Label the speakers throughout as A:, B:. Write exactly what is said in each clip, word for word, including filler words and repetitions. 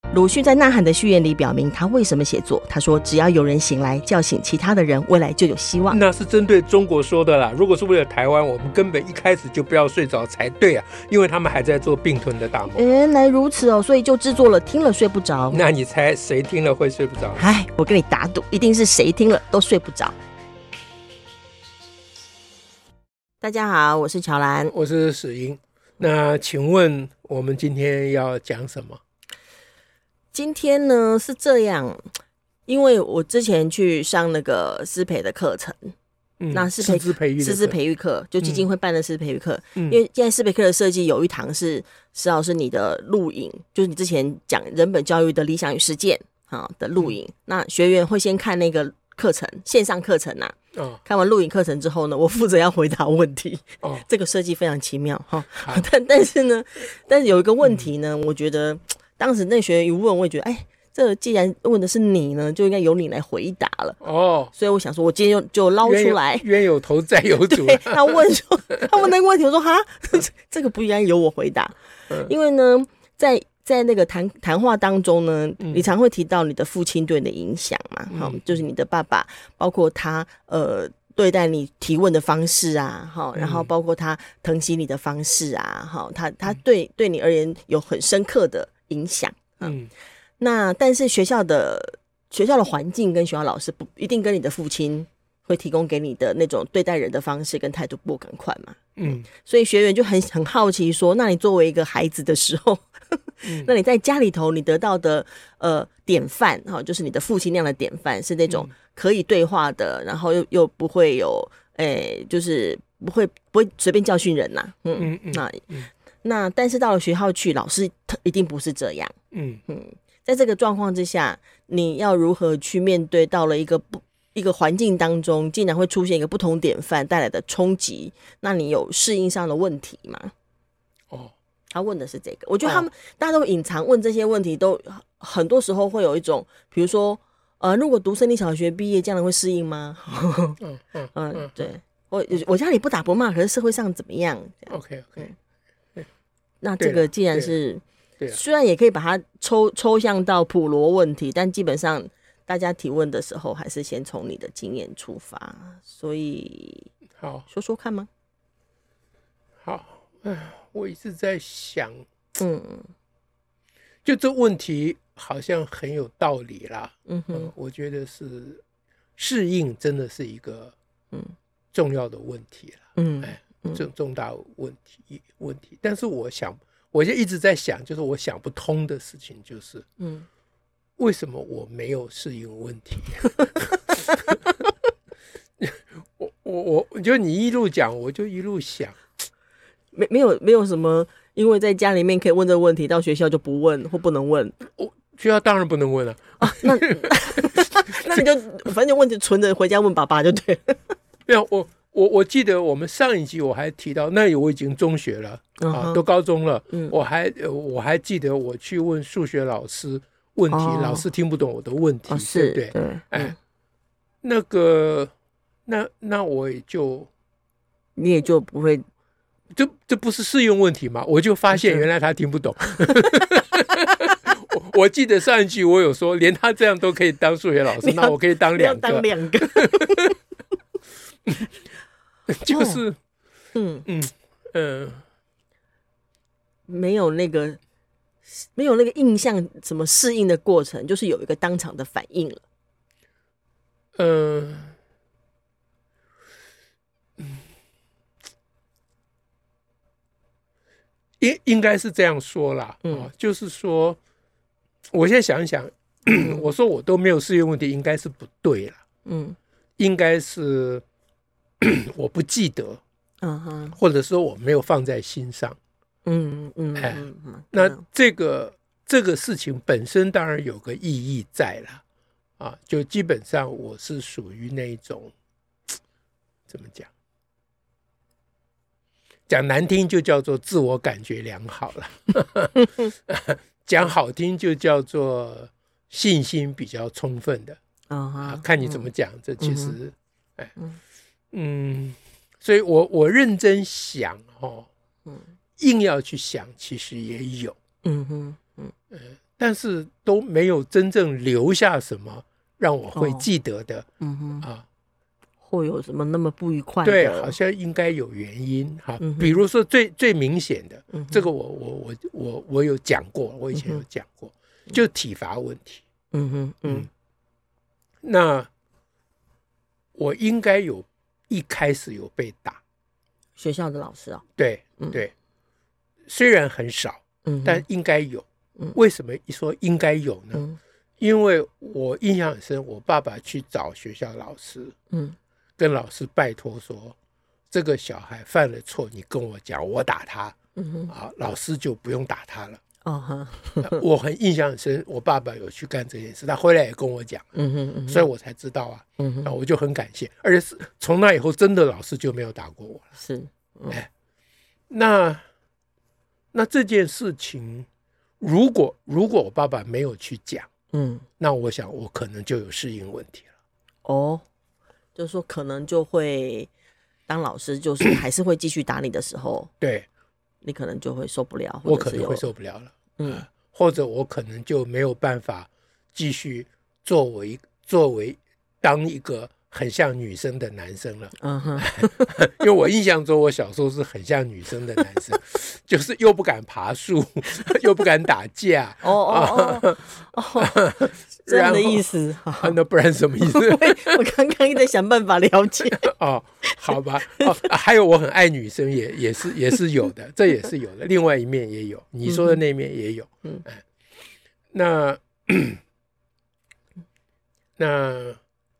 A: 鲁迅在《呐喊》的序言里表明他为什么写作，他说只要有人醒来叫醒其他的人，未来就有希望。
B: 那是针对中国说的啦，如果是为了台湾，我们根本一开始就不要睡着才对啊，因为他们还在做并吞的大梦。
A: 原来如此哦，所以就制作了听了睡不着。
B: 那你猜谁听了会睡不着？
A: 哎，我跟你打赌，一定是谁听了都睡不着。大家好，我是乔兰，
B: 我是史英。那请问我们今天要讲什么？
A: 今天呢是这样，因为我之前去上那个师培的课程，
B: 嗯，
A: 那师培
B: 师资培育
A: 师资培育课，就基金会办的师资培育课、
B: 嗯、
A: 因为现在师培课的设计有一堂是石老师你的录影，就是你之前讲人本教育的理想与实践的录影、嗯、那学员会先看那个课程，线上课程啊、哦、看完录影课程之后呢，我负责要回答问题、哦、这个设计非常奇妙、哦、但, 但是呢但是有一个问题呢、嗯、我觉得当时那学员一问，我也觉得哎，这既然问的是你呢，就应该由你来回答了哦。所以我想说我今天 就, 就捞出来，
B: 冤有头债有主。
A: 对，他问说他问那个问题，我说哈这个不应该由我回答、嗯、因为呢在在那个谈谈话当中呢、嗯、你常会提到你的父亲对你的影响嘛、嗯、就是你的爸爸，包括他呃对待你提问的方式啊，然后包括他疼惜你的方式啊，他他对对你而言有很深刻的影响。嗯，那但是学校的学校的环境跟学校老师不一定跟你的父亲会提供给你的那种对待人的方式跟态度不赶快嘛。嗯，所以学员就很很好奇说，那你作为一个孩子的时候嗯、那你在家里头你得到的呃典范、哦、就是你的父亲那样的典范是那种可以对话的，然后又又不会有诶、就是不会不会随便教训人呐、啊。嗯嗯嗯，那嗯那但是到了学校去，老师一定不是这样。嗯嗯，在这个状况之下，你要如何去面对到了一个不一个环境当中，竟然会出现一个不同典范带来的冲击？那你有适应上的问题吗？哦，他问的是这个，我觉得他们、哦、大家都隐藏问这些问题，都很多时候会有一种，比如说，呃，如果读森林小学毕业，这样会适应吗？嗯嗯嗯，对，我我家里不打不骂，可是社会上怎么样
B: ？OK OK。
A: 那这个既然是，虽然也可以把它抽抽象到普罗问题，但基本上大家提问的时候还是先从你的经验出发，所以好说说看吗？
B: 好，我一直在想，嗯，就这问题好像很有道理啦，嗯哼，呃、我觉得是适应真的是一个嗯重要的问题啦，嗯，哎。重重大问题问题，但是我想，我就一直在想，就是我想不通的事情，就是，嗯，为什么我没有适应问题？我我我，就你一路讲，我就一路想，
A: 没没有没有什么，因为在家里面可以问这个问题，到学校就不问或不能问。
B: 我学校当然不能问了啊，
A: 那那你就反正问题存着回家问爸爸就对了。
B: 没有我。我我记得我们上一集我还提到，那我已经中学了、uh-huh. 啊，都高中了，嗯、我还我还记得我去问数学老师问题， oh. 老师听不懂我的问题， oh, 对不对？对，哎，嗯、那个，那那我也就，
A: 你也就不会，
B: 这这不是适用问题吗？我就发现原来他听不懂。我, 我记得上一句我有说，连他这样都可以当数学老师，那我可以当两个，
A: 当两个。
B: 就是，哦、嗯嗯嗯、呃，
A: 没有那个没有那个印象，什么适应的过程，就是有一个当场的反应了。
B: 呃，嗯，应应该是这样说啦，嗯、哦，就是说，我现在想一想，我说我都没有适应问题，应该是不对啦，嗯，应该是。我不记得，嗯哼，或者说我没有放在心上，嗯嗯，哎，嗯那这个这个事情本身当然有个意义在啦，啊，就基本上我是属于那种怎么讲，讲难听就叫做自我感觉良好了，讲好听就叫做信心比较充分的，啊，看你怎么讲，这其实，哎。嗯，所以我我认真想哦，嗯，硬要去想，其实也有，嗯哼，嗯，呃， 但是都没有真正留下什么让我会记得的。哦、嗯哼啊，
A: 会有什么那么不愉快的？
B: 对，好像应该有原因哈。嗯、比如说最最明显的，嗯、这个我我我我我有讲过，我以前有讲过，嗯、就体罚问题。嗯哼嗯，嗯那我应该有一开始有被打，
A: 学校的老师啊？
B: 对对，嗯、虽然很少，嗯、但应该有。为什么一说应该有呢？嗯、因为我印象很深，我爸爸去找学校老师，嗯，跟老师拜托说，这个小孩犯了错，你跟我讲，我打他，嗯、啊，老师就不用打他了。哦我很印象很深，我爸爸有去干这件事，他回来也跟我讲，嗯哼嗯哼所以我才知道啊，嗯哼我就很感谢，而且是从那以后，真的老师就没有打过我了。
A: 是，
B: 嗯、哎，那那这件事情。如果如果我爸爸没有去讲，嗯，那我想我可能就有适应问题了。
A: 哦，就是说可能就会当老师，就是还是会继续打你的时候，
B: 对，
A: 你可能就会受不了，
B: 我可能会受不了了，嗯、呃，或者我可能就没有办法继续作为作为当一个很像女生的男生了。嗯哼，因为我印象中我小时候是很像女生的男生，就是又不敢爬树，又不敢打架。
A: 哦哦哦哦，这样的意思。
B: 那不然什么意思？
A: 我刚刚一直在想办法了解。
B: 哦，好吧。哦，还有我很爱女生也，也也是也是有的，这也是有的。另外一面也有，你说的那面也有。嗯，哎、那那。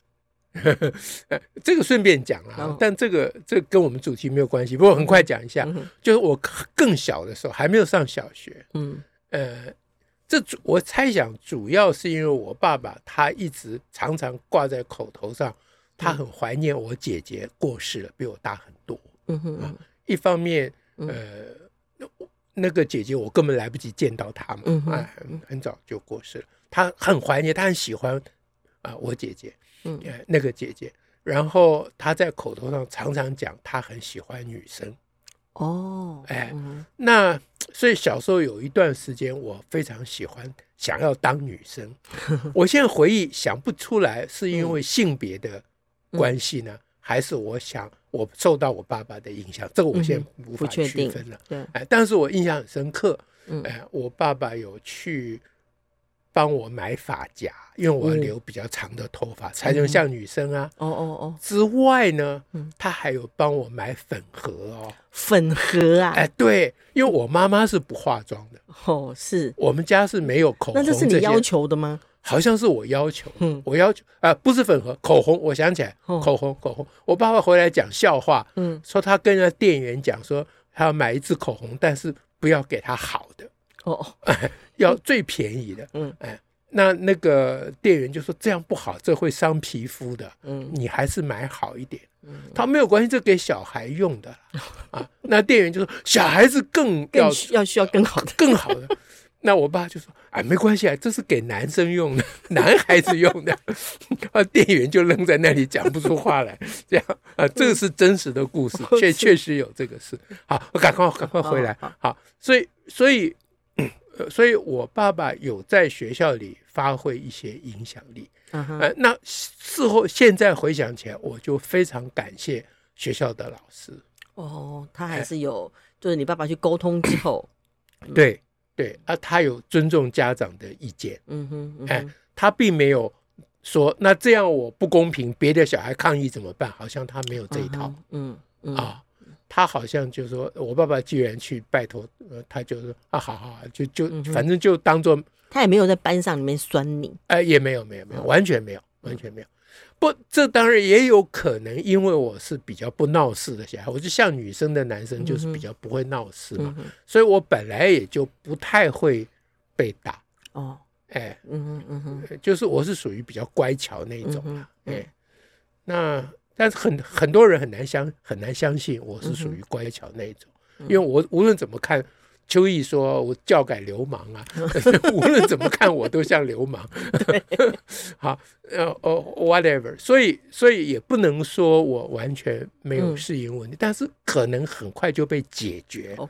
B: 这个顺便讲了、啊， oh. 但这个这个跟我们主题没有关系。不过很快讲一下，嗯、就是我更小的时候，还没有上小学，嗯，呃，这我猜想主要是因为我爸爸他一直常常挂在口头上，他很怀念我姐姐过世了，比我大很多。嗯哼、啊，一方面，呃，那个姐姐我根本来不及见到她嘛，嗯、哎，很早就过世了。他很怀念，他很喜欢啊、呃，我姐姐。嗯，那个姐姐，然后她在口头上常常讲她很喜欢女生。哦，哎，嗯、那所以小时候有一段时间我非常喜欢想要当女生。我现在回忆想不出来是因为性别的关系呢，嗯、还是我想我受到我爸爸的影响，这个我现在无法区分了。对，哎，但是我印象很深刻。嗯，哎，我爸爸有去帮我买发夹，因为我要留比较长的头发、嗯、才能像女生啊。哦哦哦。之外呢，嗯、他还有帮我买粉盒哦。
A: 粉盒啊？
B: 哎，对，因为我妈妈是不化妆的。
A: 哦，是。
B: 我们家是没有口红。
A: 那这是你要求的吗？
B: 好像是我要求。嗯，我要求啊、呃，不是粉盒，口红。我想起来，哦、口红，口红。我爸爸回来讲笑话，嗯，说他跟那店员讲说，他要买一支口红，但是不要给他好的。哦，要最便宜的。嗯，哎，那那个店员就说这样不好，这会伤皮肤的。嗯，你还是买好一点。嗯，他没有关系，这给小孩用的啊。那店员就说小孩子更要
A: 更要需要更好的，
B: 更好的。那我爸就说啊，没关系啊，这是给男生用的，男孩子用的。啊，店员就愣在那里讲不出话来。这样啊，这个是真实的故事，确确实有这个事。好，我赶快赶快回来。好，所以所以。所以我爸爸有在学校里发挥一些影响力。uh-huh. 呃、那事后现在回想起来，我就非常感谢学校的老师。
A: 哦，他还是有、呃、就是你爸爸去沟通之后
B: 对对啊，他有尊重家长的意见。嗯哼，嗯哼呃、他并没有说那这样我不公平，别的小孩抗议怎么办，好像他没有这一套。uh-huh. 嗯嗯啊，他好像就说我爸爸既然去拜托、呃、他就说啊好好就就、嗯、反正就当做
A: 他也没有在班上里面酸你。
B: 呃、也没有没有没有完全没有完全没有。不，这当然也有可能因为我是比较不闹事的小孩，我就像女生的男生就是比较不会闹事嘛、嗯、所以我本来也就不太会被打。哦，哎，嗯哼嗯哼，就是我是属于比较乖巧那种、嗯嗯哎、那但是很很多人很难相很难相信我是属于乖巧那种、嗯、因为我无论怎么看，邱毅说我教改流氓啊，无论怎么看我都像流氓。好，呃、uh, whatever， 所以所以也不能说我完全没有适应问题、嗯、但是可能很快就被解决。
A: OK，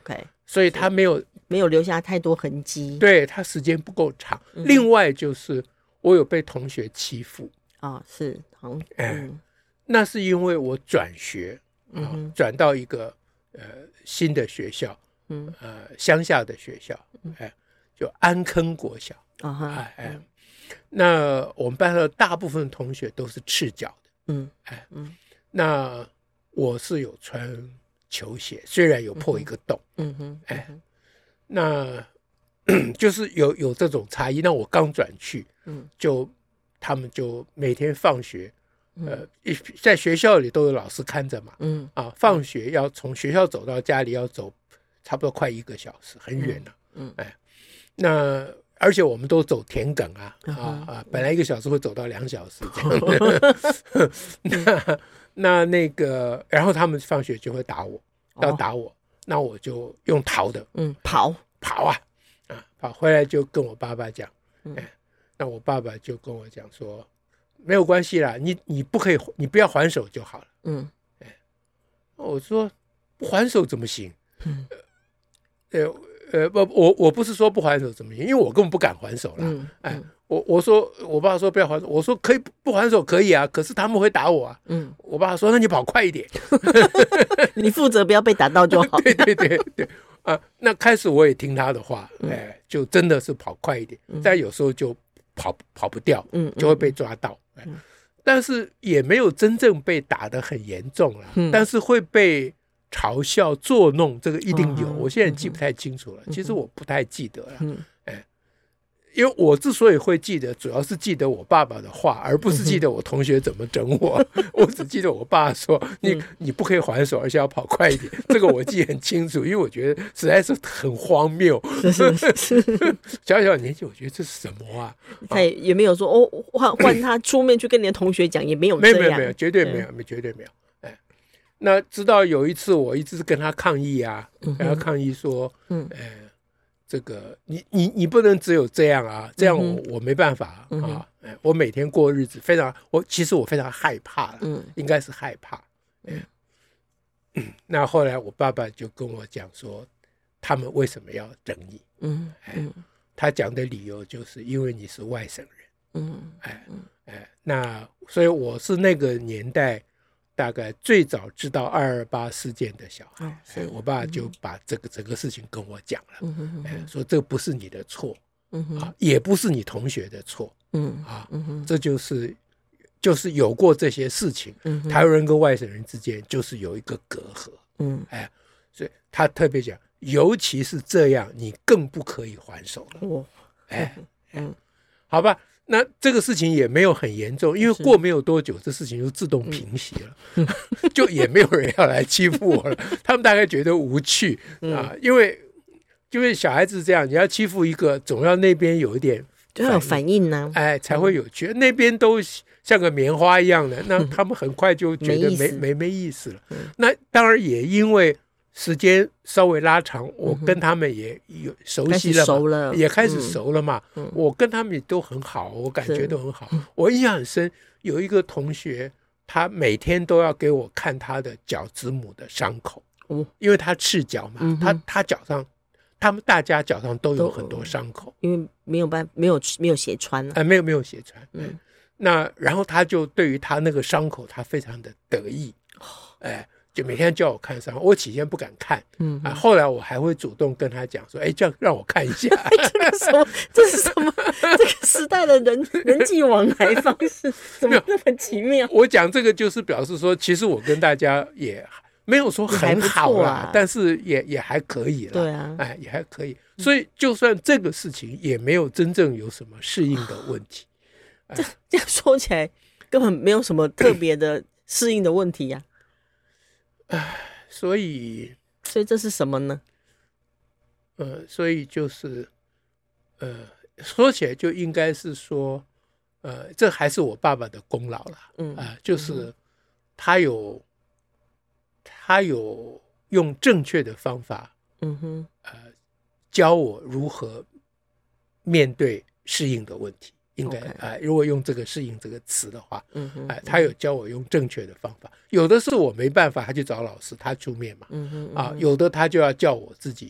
B: 所以他没有
A: 没有留下太多痕迹，
B: 对，他时间不够长。嗯、另外就是我有被同学欺负
A: 啊，是，好，
B: 哎、嗯，那是因为我转学，嗯、啊，转到一个呃新的学校，嗯，呃乡下的学校，哎，就安坑国小，啊哈，哎哎。嗯，那我们班的大部分同学都是赤脚的，嗯，哎，嗯，那我是有穿球鞋，虽然有破一个洞，嗯哼，哎，那就是有有这种差异。那我刚转去，嗯，就他们就每天放学，呃，在学校里都有老师看着嘛，嗯，啊，放学要从学校走到家里要走差不多快一个小时，很远了，嗯，哎，那。而且我们都走田埂啊，啊啊！本来一个小时会走到两小时这样那那那个，然后他们放学就会打我，要打我，那我就用逃的，
A: 嗯，跑
B: 跑啊啊！跑回来就跟我爸爸讲，哎，那我爸爸就跟我讲说，没有关系啦，你你不可以，你不要还手就好了，嗯，哎，我说不还手怎么行？嗯，呃。呃不，我我不是说不还手怎么行，因为我根本不敢还手了。嗯，哎，我我说我爸说不要还手，我说可以不还手可以啊，可是他们会打我啊。嗯，我爸说那你跑快一点，
A: 你负责不要被打到就好。
B: 对对对对啊，那开始我也听他的话，哎，就真的是跑快一点，但有时候就跑跑不掉，嗯，就会被抓到。嗯，但是也没有真正被打得很严重了，嗯，但是会被嘲笑作弄，这个一定有，我现在记不太清楚了，其实我不太记得了，哎，因为我之所以会记得，主要是记得我爸爸的话，而不是记得我同学怎么整我，我只记得我爸说你你不可以还手，而且要跑快一点，这个我记得很清楚，因为我觉得实在是很荒谬，小小年纪我觉得这是什么啊？
A: 他也没有说哦换换他出面去跟你的同学讲，也没有这样，
B: 没有没有没有，绝对没有，绝对没有。那直到有一次我一直跟他抗议啊，跟他抗议说，嗯，呃，这个你你你不能只有这样啊，这样我、嗯、我没办法、嗯、啊，我每天过日子非常，我其实我非常害怕了，嗯，应该是害怕，嗯，那后来我爸爸就跟我讲说，他们为什么要整你，嗯，嗯，他讲的理由就是因为你是外省人，嗯，哎哎，那所以我是那个年代。大概最早知道二二八事件的小孩、哦哎、我爸就把这个整个事情跟我讲了、嗯哎、说这不是你的错、嗯啊、也不是你同学的错、嗯啊嗯、这就是就是有过这些事情、嗯、台湾人跟外省人之间就是有一个隔阂、嗯哎、所以他特别讲尤其是这样你更不可以还手了、哦哎嗯、好吧那这个事情也没有很严重，因为过没有多久这事情就自动平息了、嗯、就也没有人要来欺负我了他们大概觉得无趣、嗯啊、因为因为小孩子这样你要欺负一个总要那边有一点
A: 就要有反应呢、啊
B: 哎、才会有趣、嗯、那边都像个棉花一样的那他们很快就觉得没没没意思了、嗯、那当然也因为时间稍微拉长我跟他们也有熟悉了嘛、嗯、
A: 熟了
B: 也开始熟了嘛、嗯、我跟他们也都很好我感觉都很好我印象很深有一个同学他每天都要给我看他的脚趾母的伤口、哦、因为他赤脚嘛、嗯、他他脚上他们大家脚上都有很多伤口
A: 因为没有办没有没有血穿、啊
B: 呃、没有没有血穿、嗯、那然后他就对于他那个伤口他非常的得意哎就每天叫我看伤，我起先不敢看，嗯啊，后来我还会主动跟他讲说，哎，这样让我看一下。
A: 这个什么？这是什么？这个时代的人人际往来方式怎么那么奇妙？
B: 我讲这个就是表示说，其实我跟大家也没有说很好啦，啊、但是也也还可以啦，
A: 对啊，
B: 哎，也还可以。所以就算这个事情也没有真正有什么适应的问题。
A: 哎、这这样说起来，根本没有什么特别的适应的问题呀、啊。
B: 唉，所以，
A: 所以这是什么呢？
B: 呃，所以就是，呃，说起来就应该是说，呃，这还是我爸爸的功劳了，嗯啊、呃，就是他有，他有用正确的方法，嗯哼，呃，教我如何面对适应的问题。应该、okay. 呃、如果用这个适应这个词的话、嗯哼呃、他有教我用正确的方法，有的是我没办法他去找老师他出面嘛、嗯哼嗯哼啊、有的他就要叫我自己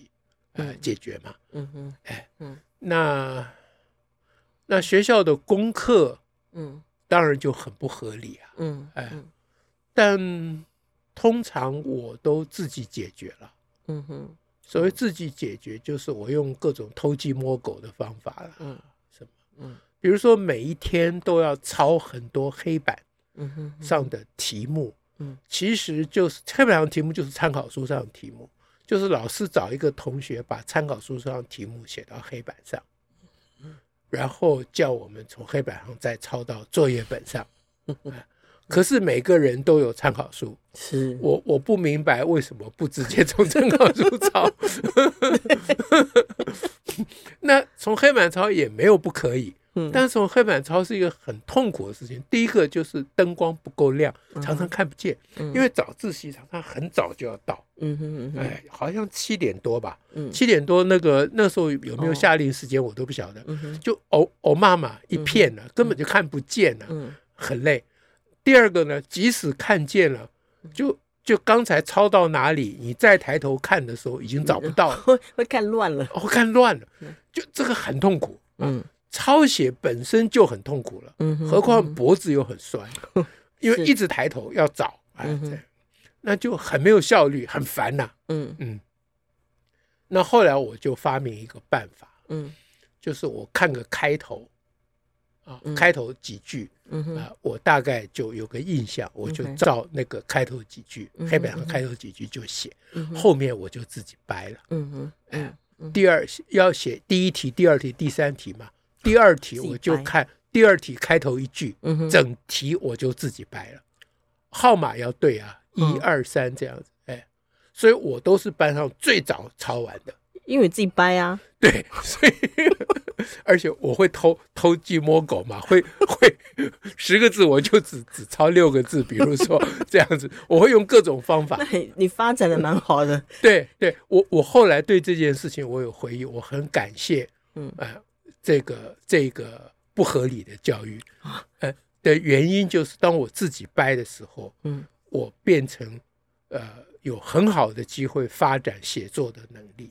B: 呃解决嘛。
A: 嗯哼，
B: 哎，嗯，那那学校的功课，嗯，当然就很不合理啊。嗯，哎，但通常我都自己解决了。嗯哼，所谓自己解决，就是我用各种偷鸡摸狗的方法了。嗯，什么？嗯，比如说每一天都要抄很多黑板上的题目。嗯，其实就是黑板上的题目就是参考书上的题目，就是老师找一个同学把参考书上的题目写到黑板上，然后叫我们从黑板上再抄到作业本上。可是每个人都有参考书，
A: 是
B: 我我不明白为什么不直接从参考书抄。那从黑板抄也没有不可以，但是从黑板抄是一个很痛苦的事情。第一个就是灯光不够亮，常常看不见，因为早自习常常很早就要到。嗯哼嗯哎，好像七点多吧，七点多那个那时候有没有下令时间我都不晓得，就哦哦妈妈一片了，根本就看不见了，很累。第二个呢，即使看见了，就就刚才抄到哪里，你再抬头看的时候已经找不到了，
A: 会会看乱了，
B: 会看乱了，就这个很痛苦。嗯，抄写本身就很痛苦了，嗯，何况脖子又很酸，因为一直抬头要找，哎，那就很没有效率，很烦呐。嗯嗯，那后来我就发明一个办法，嗯，就是我看个开头。啊，开头几句，嗯啊，我大概就有个印象，我就照那个开头几句，黑板上开头几句就写，后面我就自己掰了。嗯嗯，第二要写第一题、第二题、第三题嘛，第二题我就看第二题开头一句，整题我就自己掰了，号码要对啊，一二三这样子，哎，所以我都是班上最早抄完的。
A: 因为你自己掰啊，
B: 对，所以而且我会偷偷鸡摸狗嘛，会会十个字我就只只抄六个字，比如说这样子，我会用各种方法。
A: 那你发展的蛮好的。
B: 对对，我我后来对这件事情我有回忆，我很感谢，嗯呃，这个这个不合理的教育，呃的原因就是当我自己掰的时候，嗯，我变成呃。有很好的机会发展写作的能力，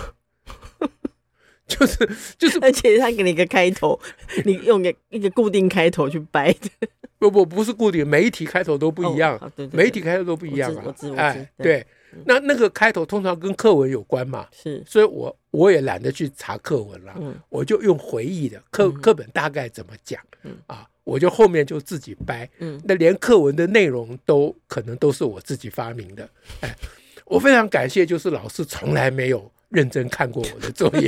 B: 就是就是，
A: 而且他给你一个开头，你用个一个固定开头去掰的，
B: 不不不是固定，每一题开头都不一样，哦、对对对，每一题开头都不一样啊，
A: 我知我知
B: 哎，对，嗯、那那个开头通常跟课文有关嘛，
A: 是，
B: 所以我我也懒得去查课文了，嗯、我就用回忆的课课本大概怎么讲，嗯、啊。我就后面就自己掰，嗯，那连课文的内容都可能都是我自己发明的，哎，我非常感谢，就是老师从来没有认真看过我的作业。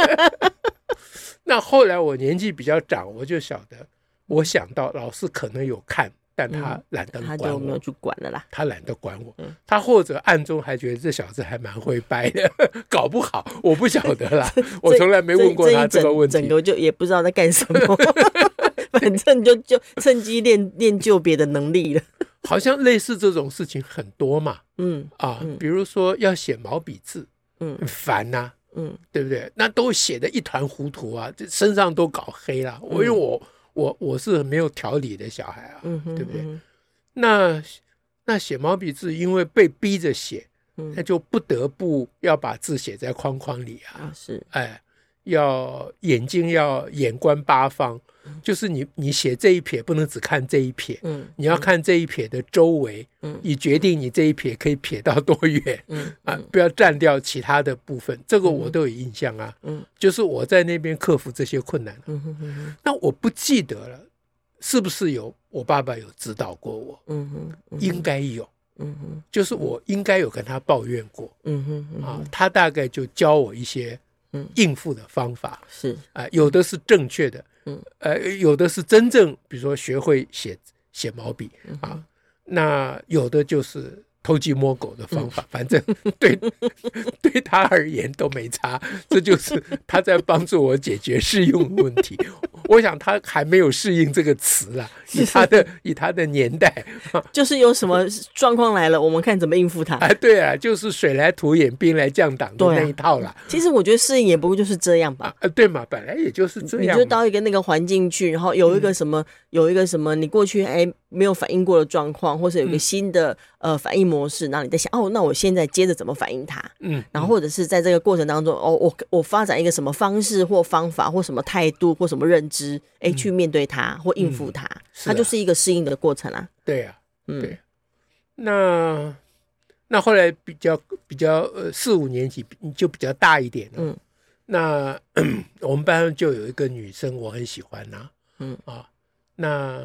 B: 那后来我年纪比较长，我就晓得，我想到老师可能有看，但他懒得管我，
A: 他就没有去管了啦。
B: 他懒得管我，嗯、他或者暗中还觉得这小子还蛮会掰的，搞不好我不晓得啦，我从来没问过他这个问题，
A: 整个就也不知道在干什么。反正就就趁机练练就别的能力了。
B: 好像类似这种事情很多嘛，嗯啊，嗯比如说要写毛笔字，嗯，很烦呐、啊，嗯，对不对？那都写得一团糊涂啊，身上都搞黑了。我、嗯、因为我我我是没有条理的小孩啊，嗯、对不对？嗯、那那写毛笔字，因为被逼着写，嗯、那就不得不要把字写在框框里啊，
A: 啊是，
B: 哎。要眼睛要眼观八方，嗯、就是你你写这一撇不能只看这一撇，嗯、你要看这一撇的周围，嗯、以决定你这一撇可以撇到多远，嗯啊、不要占掉其他的部分。这个我都有印象啊，嗯、就是我在那边克服这些困难。嗯、哼哼哼那我不记得了，是不是有我爸爸有指导过我？嗯哼嗯、哼应该有。嗯、哼就是我应该有跟他抱怨过。嗯哼嗯、哼啊，他大概就教我一些。应付的方法
A: 是
B: 啊、呃，有的是正确的，嗯，呃，有的是真正，比如说学会写写毛笔啊，嗯、那有的就是偷鸡摸狗的方法，嗯、反正对对他而言都没差，这就是他在帮助我解决适用问题。我想他还没有适应这个词啦，以他的以他的年代，
A: 就是有什么状况来了，我们看怎么应付它。
B: 啊，对啊，就是水来土掩，兵来将挡的那一套啦。
A: 啊、其实我觉得适应也不过就是这样吧。
B: 啊，对嘛，本来也就是这样。
A: 你就到一个那个环境去，然后有一个什么，嗯、有一个什么，你过去哎没有反应过的状况，或是有一个新的、嗯、呃反应模式，然后你在想哦，那我现在接着怎么反应它？嗯，然后或者是在这个过程当中，哦，我我发展一个什么方式或方法或什么态度或什么认知，哎、嗯，去面对它或应付它，嗯啊、它就是一个适应的过程啊。
B: 对啊，嗯，对。那那后来比较比较呃四五年级就比较大一点了，嗯，那我们班上就有一个女生我很喜欢呐、啊，嗯啊，那。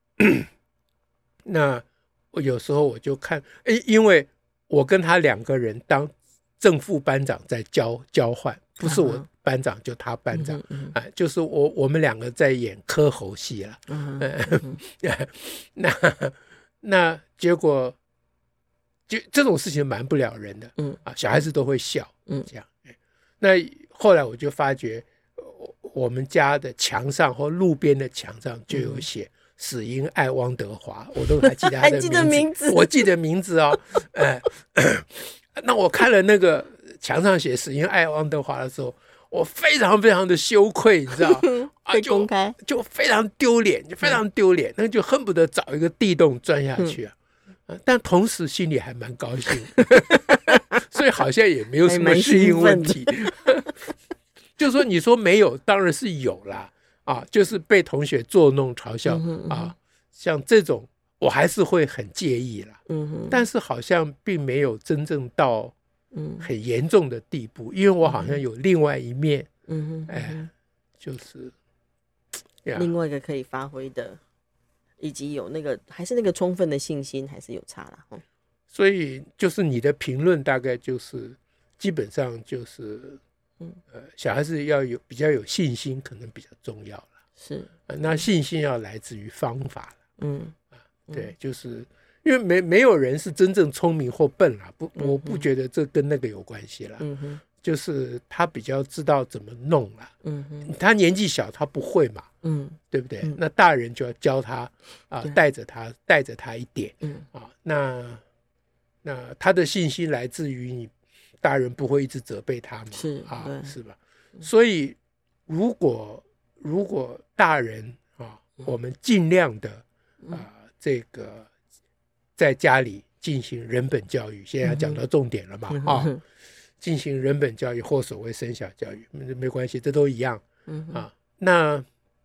B: 那我有时候我就看，因为我跟他两个人当正副班长在交交换，不是我班长就他班长，嗯啊、就是我我们两个在演柯侯戏了，嗯嗯、那那结果就这种事情瞒不了人的，嗯啊，小孩子都会笑，嗯，这样。那后来我就发觉，我们家的墙上或路边的墙上就有写。嗯死因爱汪德华，我都还记得他的名字，还记得名字我记得名字哦。哎，那我看了那个墙上写死因爱汪德华的时候，我非常非常的羞愧，你知道
A: 被公开、
B: 啊、就, 就非常丢脸，就非常丢脸，那就恨不得找一个地洞钻下去啊！嗯、但同时心里还蛮高兴，所以好像也没有什么适应问题。就说你说没有，当然是有啦。啊，就是被同学捉弄嘲笑、嗯嗯、啊，像这种我还是会很介意啦、嗯、但是好像并没有真正到很严重的地步、嗯、因为我好像有另外一面、嗯哎、就是
A: 另外一个可以发挥的，以及有那个还是那个充分的信心还是有差啦、嗯、
B: 所以就是你的评论大概就是基本上就是嗯呃，小孩子要有比较有信心，可能比较重要了。
A: 是、
B: 呃，那信心要来自于方法了。嗯啊，对，就是因为没没有人是真正聪明或笨啦，不，我不觉得这跟那个有关系啦。嗯哼，就是他比较知道怎么弄啦。嗯哼，他年纪小，他不会嘛。嗯，对不对？嗯、那大人就要教他啊，带着他，带着他一点。嗯啊，那那他的信心来自于你。大人不会一直责备他嘛？
A: 是
B: 啊，是吧？所以如果如果大人啊，我们尽量的啊，这个在家里进行人本教育，现在讲到重点了嘛？嗯、啊，进行人本教育或所谓生小教育，没关系，这都一样。嗯啊，那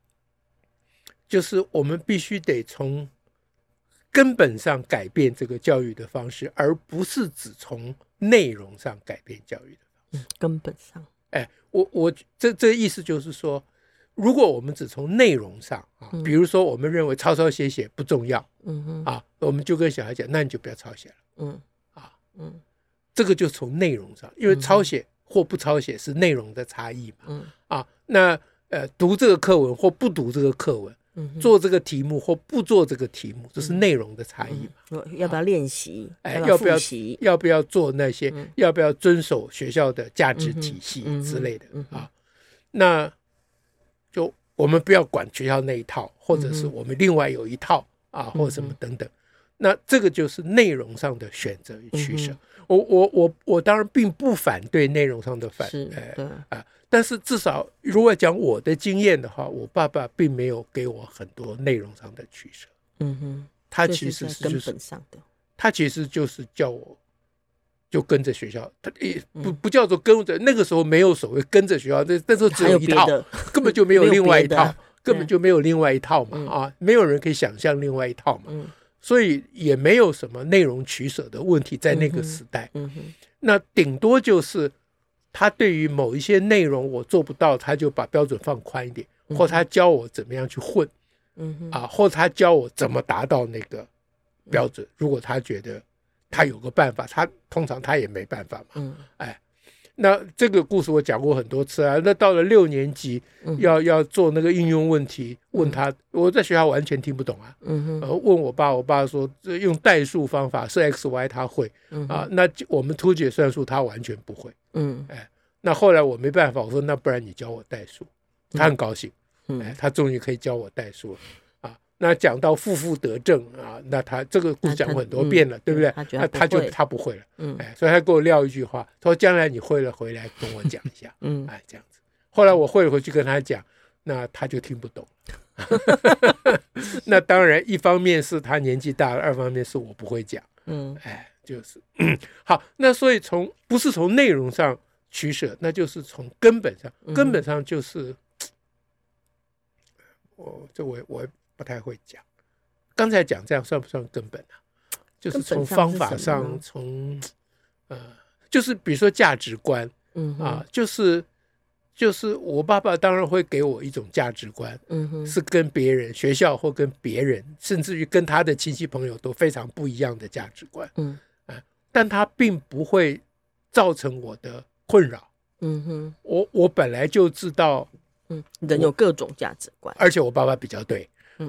B: 就是我们必须得从根本上改变这个教育的方式，而不是只从内容上改变教育的方式。
A: 嗯、根本上，
B: 哎，我我这这个意思就是说，如果我们只从内容上啊，嗯、比如说我们认为抄抄写写不重要，嗯哼啊，我们就跟小孩讲，那你就不要抄写了，嗯啊，嗯，这个就从内容上，因为抄写或不抄写是内容的差异嘛，嗯啊，那呃读这个课文或不读这个课文。做这个题目或不做这个题目，这是内容的差异嘛？
A: 嗯、要不要练习？
B: 哎，
A: 要
B: 不要要不要做那些？嗯、要不要遵守学校的价值体系之类的、嗯嗯、啊？那就我们不要管学校那一套，或者是我们另外有一套啊，或者什么等等。那这个就是内容上的选择与取舍。嗯、我我我我当然并不反对内容上的反，哎啊。但是至少如果讲我的经验的话，我爸爸并没有给我很多内容上的取舍。嗯哼，他其实是
A: 根本上的，
B: 他其实就是叫我就跟着学校，他也不不叫做跟着，那个时候没有所谓跟着学校，那那时候只有一套，根本就没有另外一套，根本就没有另外一套嘛啊，没有人可以想象另外一套嘛，嗯、所以也没有什么内容取舍的问题在那个时代。嗯哼，那顶多就是。他对于某一些内容我做不到，他就把标准放宽一点，嗯、或他教我怎么样去混，嗯啊，或他教我怎么达到那个标准。嗯、如果他觉得他有个办法，他通常他也没办法嘛。嗯，哎，那这个故事我讲过很多次啊。那到了六年级，嗯、要要做那个应用问题，问他，嗯、我在学校完全听不懂啊。嗯呃、问我爸，我爸说这用代数方法是 X Y 他会，嗯、啊，那我们突解算术他完全不会。嗯，哎，那后来我没办法，我说那不然你教我代数，他很高兴，嗯、哎，他终于可以教我代数了啊。那讲到负负得正啊，那他这个故事讲过很多遍了，嗯、对不对？那他就他不会了，嗯，哎，所以他给我撂一句话，他说将来你会了回来跟我讲一下，嗯，哎，这样子。后来我会回去跟他讲，那他就听不懂， 那当然，一方面是他年纪大了，二方面是我不会讲。嗯，哎，就是、嗯、好。那所以从不是从内容上取舍，那就是从根本上，根本上就是，嗯、我这我我不太会讲。刚才讲这样算不算根本啊？就是从方法上，从呃，就是比如说价值观，嗯啊，就是就是我爸爸当然会给我一种价值观，嗯哼，是跟别人学校或跟别人，甚至于跟他的亲戚朋友都非常不一样的价值观，嗯啊，但他并不会造成我的困扰，嗯哼，我我本来就知道，
A: 嗯，人有各种价值观，
B: 而且我爸爸比较对。嗯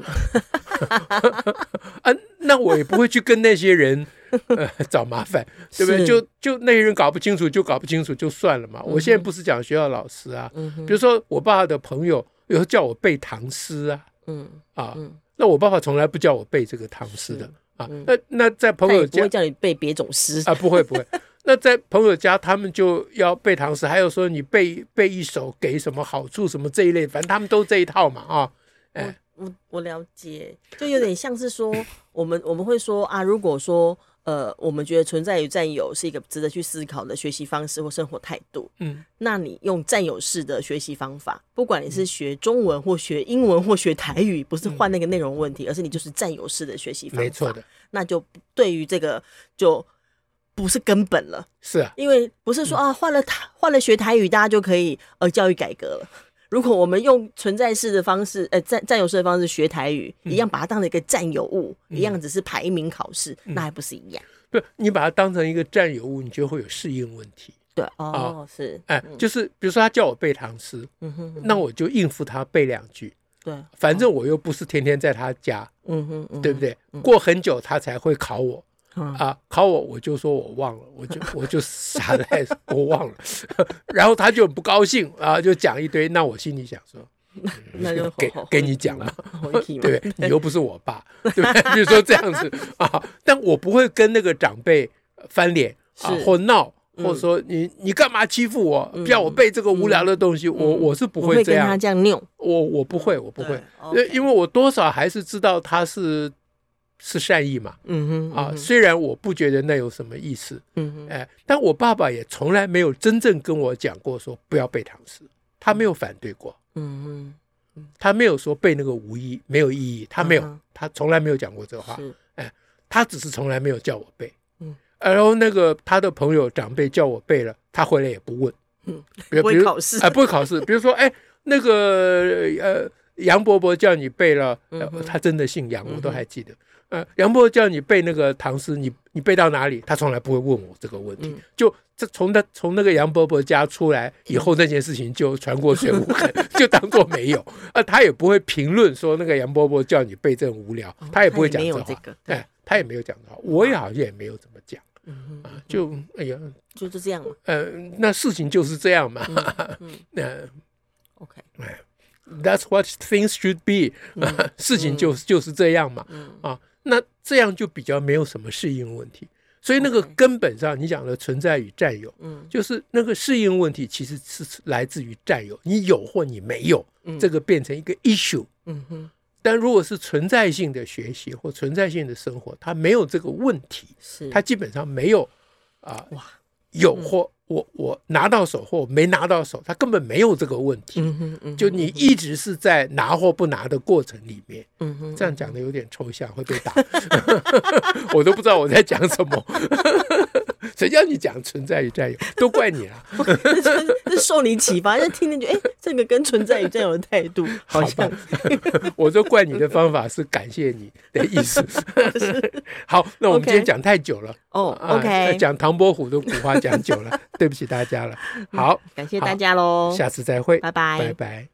B: 啊，那我也不会去跟那些人、呃、找麻烦，对不对？就就那些人搞不清楚就搞不清楚就算了嘛。嗯、我现在不是讲学校老师啊，嗯、比如说我爸爸的朋友有时候叫我背唐诗啊，嗯啊，嗯那我爸爸从来不叫我背这个唐诗的啊。嗯、那那在朋友家
A: 不会叫你背别种诗
B: 啊，不会不会。那在朋友家，他们就要背唐诗，还有说你背背一首给什么好处什么这一类，反正他们都这一套嘛啊，哎。
A: 我我了解，就有点像是说，我们我们会说啊，如果说呃，我们觉得存在与占有是一个值得去思考的学习方式或生活态度，嗯，那你用占有式的学习方法，不管你是学中文或学英文或学台语，不是换那个内容问题，嗯、而是你就是占有式的学习方法，
B: 没错的，
A: 那就对于这个就不是根本了，
B: 是啊，
A: 因为不是说啊换了换了学台语，大家就可以呃教育改革了。如果我们用存在式的方式，呃，占占有式的方式学台语，嗯、一样把它当成一个占有物，嗯、一样只是排名考试，嗯、那还不是一样？
B: 不，你把它当成一个占有物，你就会有适应问题。
A: 对，哦，啊、是，
B: 哎，嗯、就是比如说他叫我背唐诗，嗯哼嗯哼那我就应付他背两句。对，反正我又不是天天在他家，嗯哼，嗯哼对不对？嗯、过很久他才会考我。啊，考我我就说我忘了，我就我就傻在我忘了，然后他就很不高兴啊，就讲一堆，那我心里想说，嗯、
A: 那就
B: 给给你讲嘛，对，你又不是我爸，对不对？比如说这样子啊，但我不会跟那个长辈翻脸啊，或闹。或者说你你干嘛欺负我？嗯、叫我背这个无聊的东西，嗯、我我是不会这样。
A: 我会跟他这样拗，
B: 我我不会，我不会，因为我多少还是知道他是。是善意嘛，嗯哼，嗯哼啊，虽然我不觉得那有什么意思，嗯哼，哎，但我爸爸也从来没有真正跟我讲过说不要背唐诗，他没有反对过，嗯哼，他没有说背那个无意没有意义，他没有，嗯、他从来没有讲过这话，哎，他只是从来没有叫我背，嗯，然后那个他的朋友长辈叫我背了，他回来也不问，
A: 嗯，比如不会考试，
B: 哎，不会考试，比如说，哎，那个呃，杨伯伯叫你背了，呃嗯、他真的姓杨，我都还记得。呃，杨伯叫你背那个唐诗，你你背到哪里？他从来不会问我这个问题。嗯、就这从他从那个杨伯伯家出来以后，那件事情就传过水无痕，就当作没有。啊，他也不会评论说那个杨伯伯叫你背这很无聊，哦、他也不会讲这话。这个、哎，他也没有讲这话，我也好像也没有怎么讲。嗯啊，就哎呀，
A: 就是这样嘛。
B: 呃，那事情就是这样嘛。嗯嗯、那
A: OK，
B: 哎 ，That's what things should be、嗯。事情就、嗯、就是这样嘛。嗯、啊。那这样就比较没有什么适应问题，所以那个根本上你讲的存在与占有，嗯，就是那个适应问题其实是来自于占有，你有或你没有，嗯、这个变成一个 issue， 嗯哼。但如果是存在性的学习或存在性的生活，它没有这个问题，是它基本上没有啊、呃，有或、嗯、我我拿到手或没拿到手，它根本没有这个问题。嗯哼嗯哼就你一直是在拿或不拿的过程里面。嗯哼这样讲的有点抽象，会被打。我都不知道我在讲什么。谁叫你讲存在与占有，都怪你啊！
A: 是受你启发，就听听觉得，哎、欸，这个跟存在与占有的态度好像。
B: 我说怪你的方法是感谢你的意思。好，那我们今天讲太久了。
A: 哦、oh, ，OK，
B: 讲唐伯虎的古话讲久了，对不起大家了。好，
A: 感谢大家喽，
B: 下次再会，
A: 拜拜，
B: 拜拜。